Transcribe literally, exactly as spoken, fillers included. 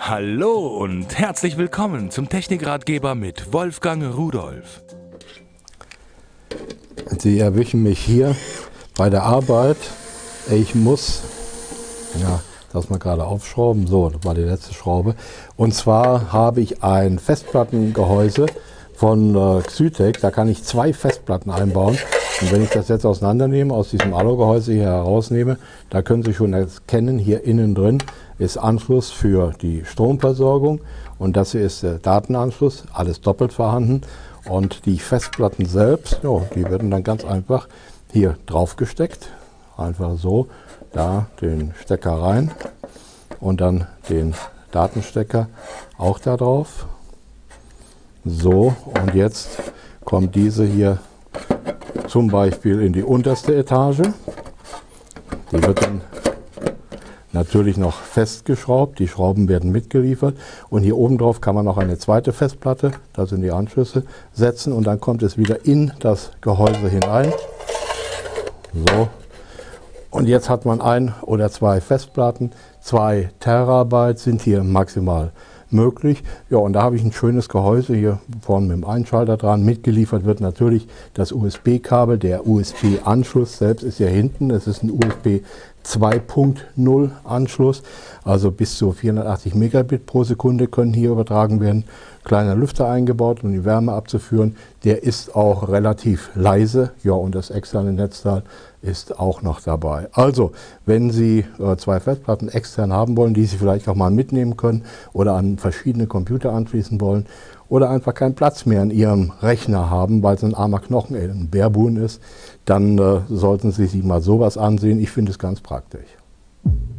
Hallo und herzlich willkommen zum Technikratgeber mit Wolfgang Rudolph. Sie erwischen mich hier bei der Arbeit. Ich muss, ja, das mal gerade aufschrauben. So, das war die letzte Schraube. Und zwar habe ich ein Festplattengehäuse von äh, Xytec. Da kann ich zwei Festplatten einbauen. Und wenn ich das jetzt auseinandernehme, aus diesem Alugehäuse hier herausnehme, da können Sie schon erkennen, hier innen drin ist Anschluss für die Stromversorgung. Und das hier ist der Datenanschluss, alles doppelt vorhanden. Und die Festplatten selbst, jo, die werden dann ganz einfach hier drauf gesteckt. Einfach so, da den Stecker rein und dann den Datenstecker auch da drauf. So, und jetzt kommt diese hier zum Beispiel in die unterste Etage. Die wird dann natürlich noch festgeschraubt, die Schrauben werden mitgeliefert und hier oben drauf kann man noch eine zweite Festplatte, da sind die Anschlüsse, setzen und dann kommt es wieder in das Gehäuse hinein. So. Und jetzt hat man ein oder zwei Festplatten, zwei Terabyte sind hier maximal möglich. Ja, und da habe ich ein schönes Gehäuse hier vorne mit dem Einschalter dran. Mitgeliefert wird natürlich das U S B-Kabel. Der U S B-Anschluss selbst ist hier hinten. Es ist ein U S B zwei Punkt null Anschluss, also bis zu vierhundertachtzig Megabit pro Sekunde können hier übertragen werden. Kleiner Lüfter eingebaut, um die Wärme abzuführen. Der ist auch relativ leise. Ja, und das externe Netzteil ist auch noch dabei. Also, wenn Sie äh, zwei Festplatten extern haben wollen, die Sie vielleicht auch mal mitnehmen können oder an verschiedene Computer anschließen wollen oder einfach keinen Platz mehr in Ihrem Rechner haben, weil es ein armer Knochen, äh, ein Bärbuhn ist, dann äh, sollten Sie sich mal sowas ansehen. Ich finde es ganz praktisch.